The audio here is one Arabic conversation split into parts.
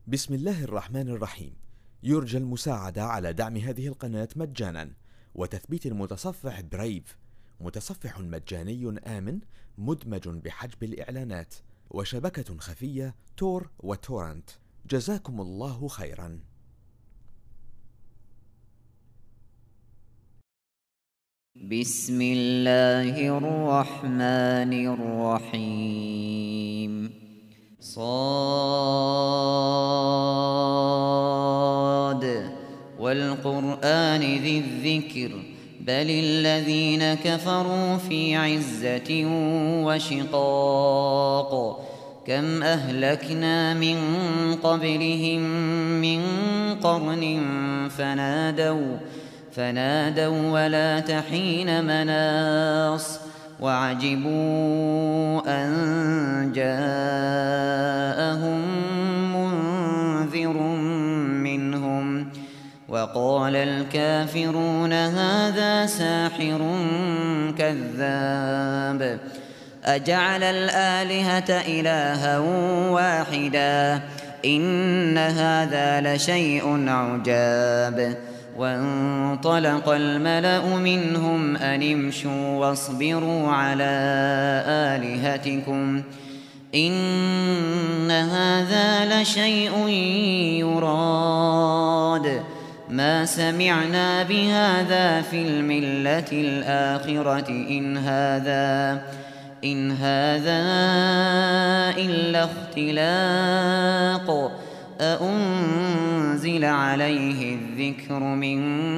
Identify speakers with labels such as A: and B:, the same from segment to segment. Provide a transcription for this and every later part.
A: بسم الله الرحمن الرحيم. يرجى المساعدة على دعم هذه القناة مجانا وتثبيت المتصفح برايف، متصفح مجاني آمن مدمج بحجب الإعلانات وشبكة خفية تور وتورنت. جزاكم الله خيرا.
B: بسم الله الرحمن الرحيم. صاد والقرآن ذي الذكر بل الذين كفروا في عزة وشقاق. كم أهلكنا من قبلهم من قرن فنادوا ولا تحين مناص وعجبوا أن جاءهم منذر منهم وقال الكافرون هذا ساحر كذاب. أجعل الآلهة إلها واحدا إن هذا لشيء عجاب. وانطلق الملأ منهم أن امشوا واصبروا على آلهتكم إن هذا لشيء يراد ما سمعنا بهذا في الملة الآخرة إن هذا إلا اختلاق أأنزل عليه الذكر من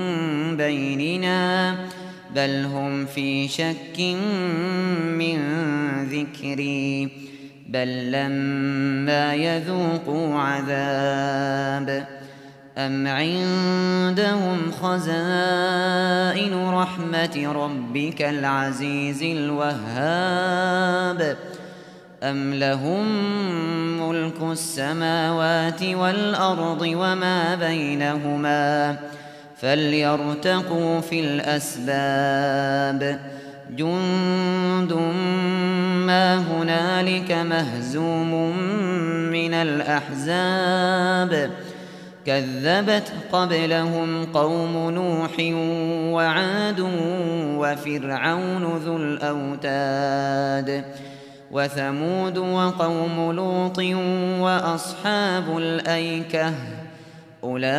B: بيننا بل هم في شك من ذكري بل لما يذوقوا عذاب أم عندهم خزائن رحمة ربك العزيز الوهاب أم لهم ملك السماوات والأرض وما بينهما فليرتقوا في الأسباب جند ما هنالك مهزوم من الأحزاب كذبت قبلهم قوم نوح وعاد وفرعون ذو الأوتاد وثمود وقوم لوط وأصحاب الأيكة أولئك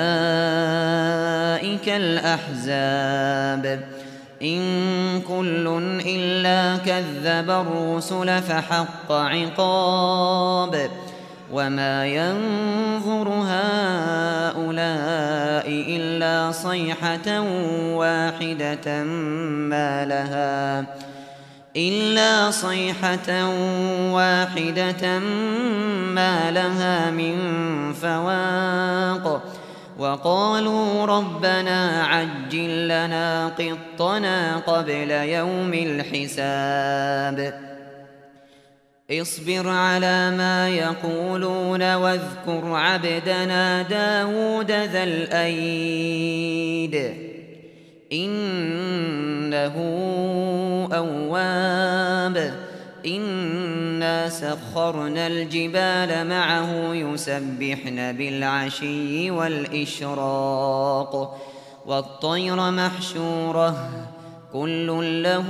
B: الأحزاب إن كل إلا كذب الرسل فحق عقاب وما ينظر هؤلاء إلا صيحة واحدة ما لها من فواق وقالوا ربنا عجل لنا قطنا قبل يوم الحساب اصبر على ما يقولون واذكر عبدنا داود ذا الأيد إنه أواب إنا سخرنا الجبال معه يسبحن بالعشي والإشراق والطير محشورة كل له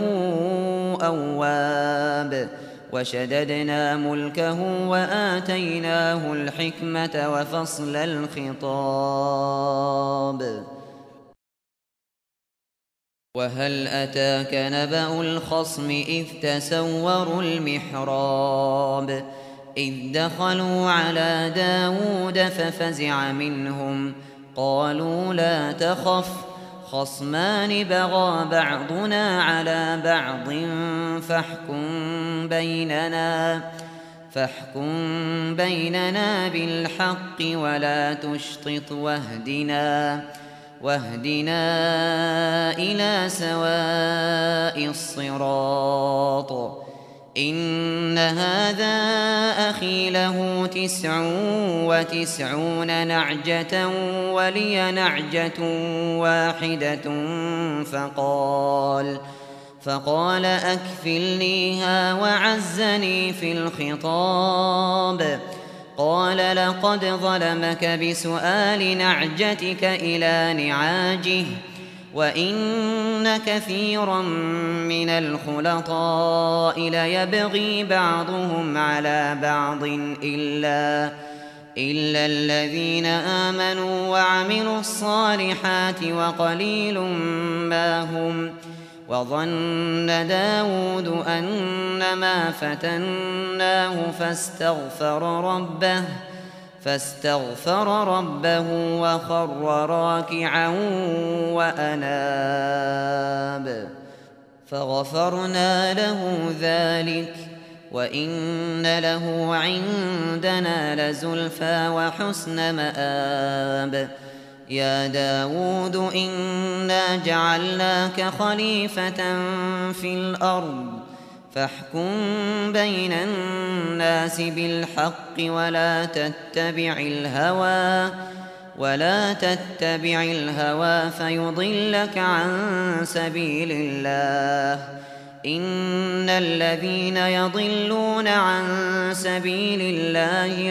B: أواب وشددنا ملكه وآتيناه الحكمة وفصل الخطاب وهل أتاك نبأ الخصم إذ تسوروا المحراب إذ دخلوا على داود ففزع منهم قالوا لا تخف خصمان بغى بعضنا على بعض فاحكم بيننا بالحق ولا تشطط واهدنا إلى سواء الصراط إن هذا أخي له 99 نعجة ولي نعجة واحدة فقال أكفلنيها وعزني في الخطاب قال لقد ظلمك بسؤال نعجتك إلى نعاجه وإن كثيرا من الخلطاء ليبغي بعضهم على بعض إلا الذين آمنوا وعملوا الصالحات وقليل ما هم. وظن داود أنما فتناه فاستغفر ربه وخر راكعا وأناب فغفرنا له ذلك وإن له عندنا لزلفى وحسن مآب. يا داود إنا جعلناك خليفة في الأرض فاحكم بين الناس بالحق ولا تتبع الهوى فيضلك عن سبيل الله. إن الذين يضلون عن سبيل الله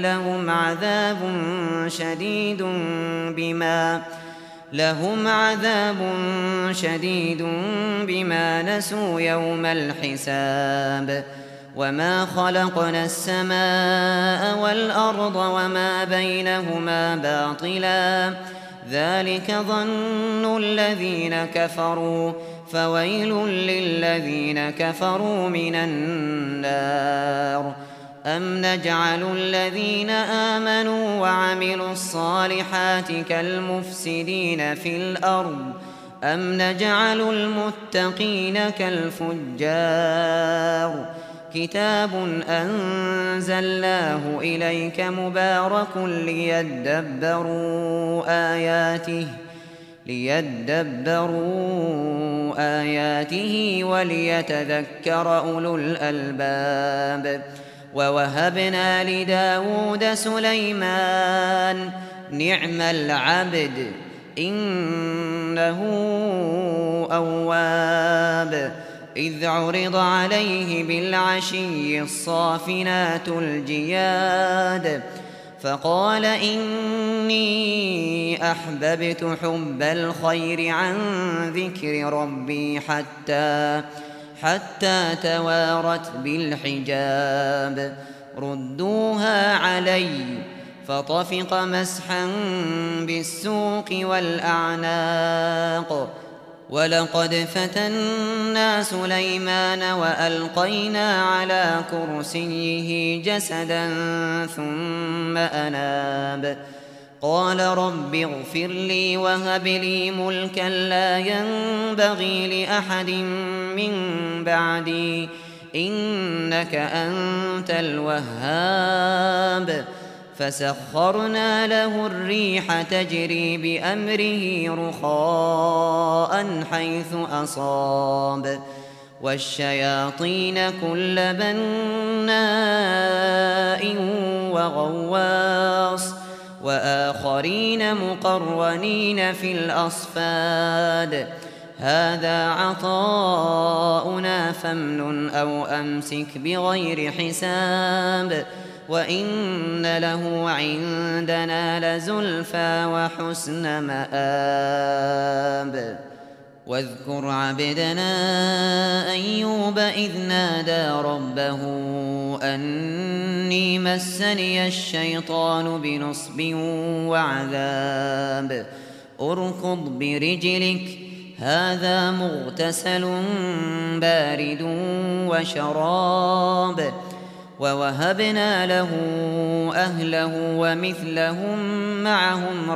B: لهم عذاب شديد بما نسوا يوم الحساب. وما خلقنا السماء والأرض وما بينهما باطلا ذلك ظن الذين كفروا فويل للذين كفروا من النار. أم نجعل الذين آمنوا وعملوا الصالحات كالمفسدين في الأرض أم نجعل المتقين كالفجار. كتاب أنزلناه إليك مبارك ليدبروا آياته وليتذكر أولو الألباب. ووهبنا لداود سليمان نعم العبد إنه أواب. إذ عرض عليه بالعشي الصافنات الجياد فقال إني أحببت حب الخير عن ذكر ربي حتى توارت بالحجاب. ردوها علي فطفق مسحا بالسوق والأعناق. ولقد فتنا سليمان وألقينا على كرسيه جسدا ثم أناب. قال رب اغفر لي وهب لي ملكا لا ينبغي لأحد من بعدي إنك أنت الوهاب. فسخرنا له الريح تجري بأمره رخاء حيث أصاب والشياطين كل بناء وغواص وآخرين مقرنين في الأصفاد. هذا عطاؤنا فامنن أو أمسك بغير حساب وإن له عندنا لزلفى وحسن مآب. واذكر عبدنا أيوب إذ نادى ربه أني مسني الشيطان بنصب وعذاب. اركض برجلك هذا مغتسل بارد وشراب. ووهبنا له أهله ومثلهم معهم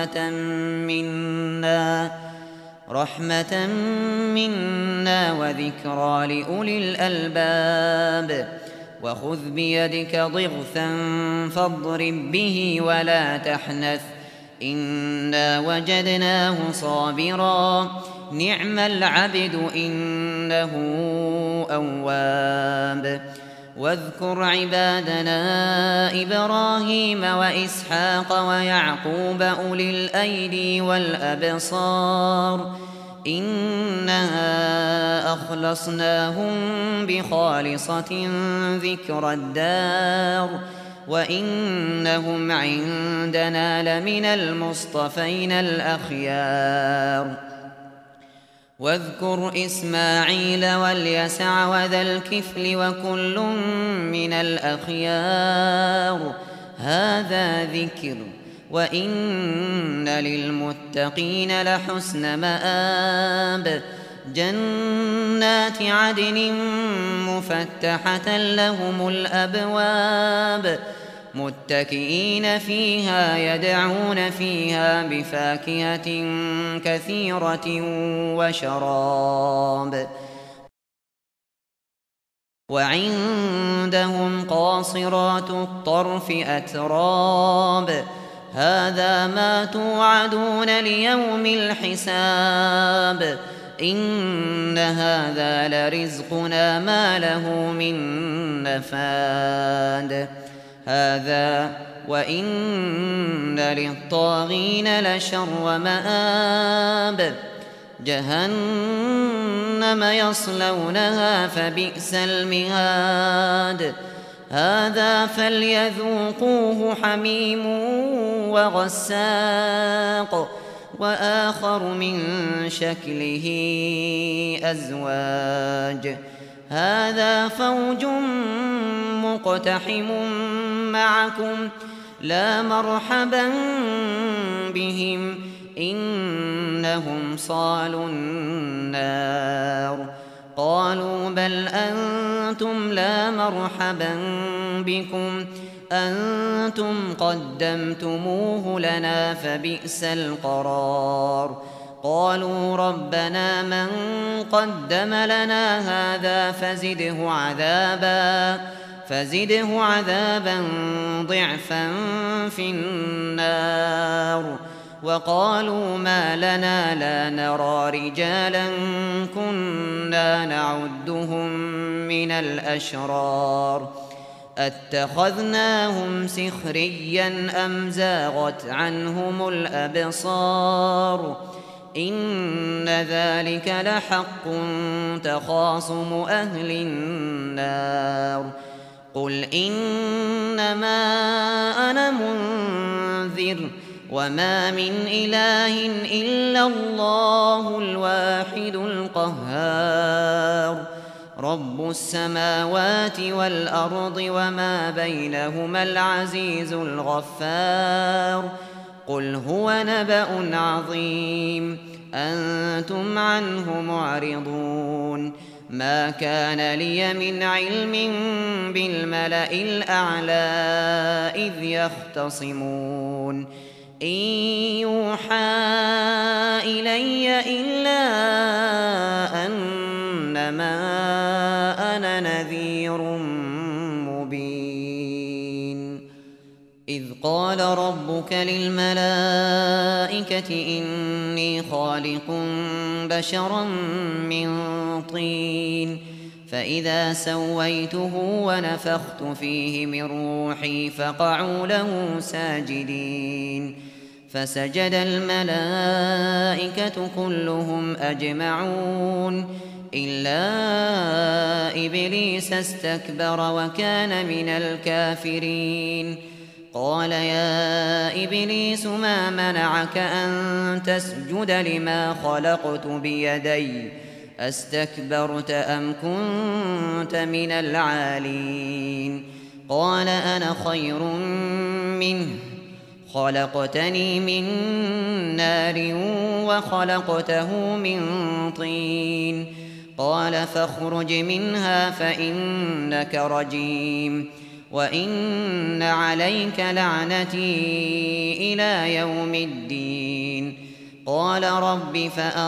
B: رحمة منا وذكرى لأولي الألباب. وخذ بيدك ضغثا فاضرب به ولا تحنث إنا وجدناه صابرا نعم العبد إنه أواب. واذكر عبادنا إبراهيم وإسحاق ويعقوب أولي الأيدي والأبصار إنا أخلصناهم بخالصة ذكر الدار وإنهم عندنا لمن المصطفين الأخيار واذكر إسماعيل واليسع وذا الكفل وكل من الأخيار هذا ذكر وإن للمتقين لحسن مآب جنات عدن مفتحة لهم الأبواب متكئين فيها يدعون فيها بفاكهة كثيرة وشراب وعندهم قاصرات الطرف أتراب هذا ما توعدون ليوم الحساب إن هذا لرزقنا ما له من نفاد هذا وإن للطاغين لشر مآب جهنم يصلونها فبئس المهاد هذا فليذوقوه حميم وغساق وآخر من شكله أزواج هذا فوج مقتحم معكم لا مرحبا بهم إنهم صالوا النار قالوا بل أنتم لا مرحبا بكم أنتم قدمتموه لنا فبئس القرار قالوا ربنا من قدم لنا هذا فزده عذابا ضعفا في النار وقالوا ما لنا لا نرى رجالا كنا نعدهم من الأشرار أتخذناهم سخريا أم زاغت عنهم الأبصار إن ذلك لحق تخاصم أهل النار قل إنما أنا منذر وما من إله إلا الله الواحد القهار رب السماوات والأرض وما بينهما العزيز الغفار قل هو نبأ عظيم أنتم عنه معرضون ما كان لي من علم بالملأ الأعلى إذ يختصمون إن يوحى إلي إلا أنما أنا نذير مبين إذ قال ربك للملائكة إني خالق بشرا من طين فإذا سويته ونفخت فيه من روحي فقعوا له ساجدين فسجد الملائكة كلهم أجمعون إلا إبليس استكبر وكان من الكافرين قال يا إبليس ما منعك أن تسجد لما خلقت بيدي أستكبرت أم كنت من العالين قال أنا خير منه خلقتني من نار وخلقته من طين قال فاخرج منها فإنك رجيم وإن عليك لعنتي إلى يوم الدين قال رب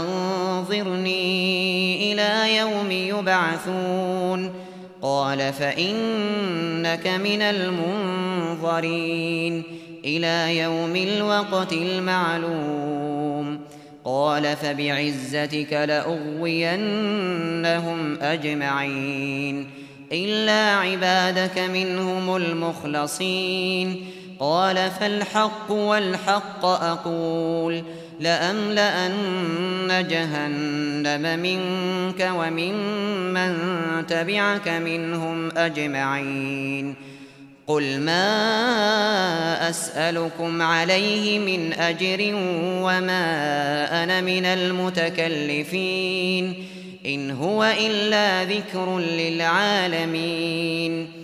B: فأنظرني إلى يوم يبعثون قال فإنك من المنظرين إلى يوم الوقت المعلوم قال فبعزتك لأغوينهم أجمعين إلا عبادك منهم المخلصين قال فالحق والحق أقول لأملأن جهنم منك وممن تبعك منهم أجمعين قل ما أسألكم عليه من أجر وما أنا من المتكلفين إن هو إلا ذكر للعالمين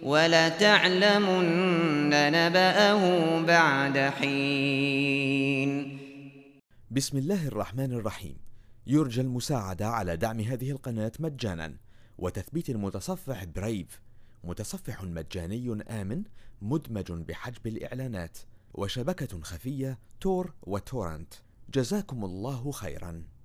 B: ولتعلمن نبأه بعد حين.
A: بسم الله الرحمن الرحيم. يرجى المساعدة على دعم هذه القناة مجانا وتثبيت المتصفح برايف، متصفح مجاني آمن مدمج بحجب الإعلانات، وشبكة خفية تور وتورنت. جزاكم الله خيرا.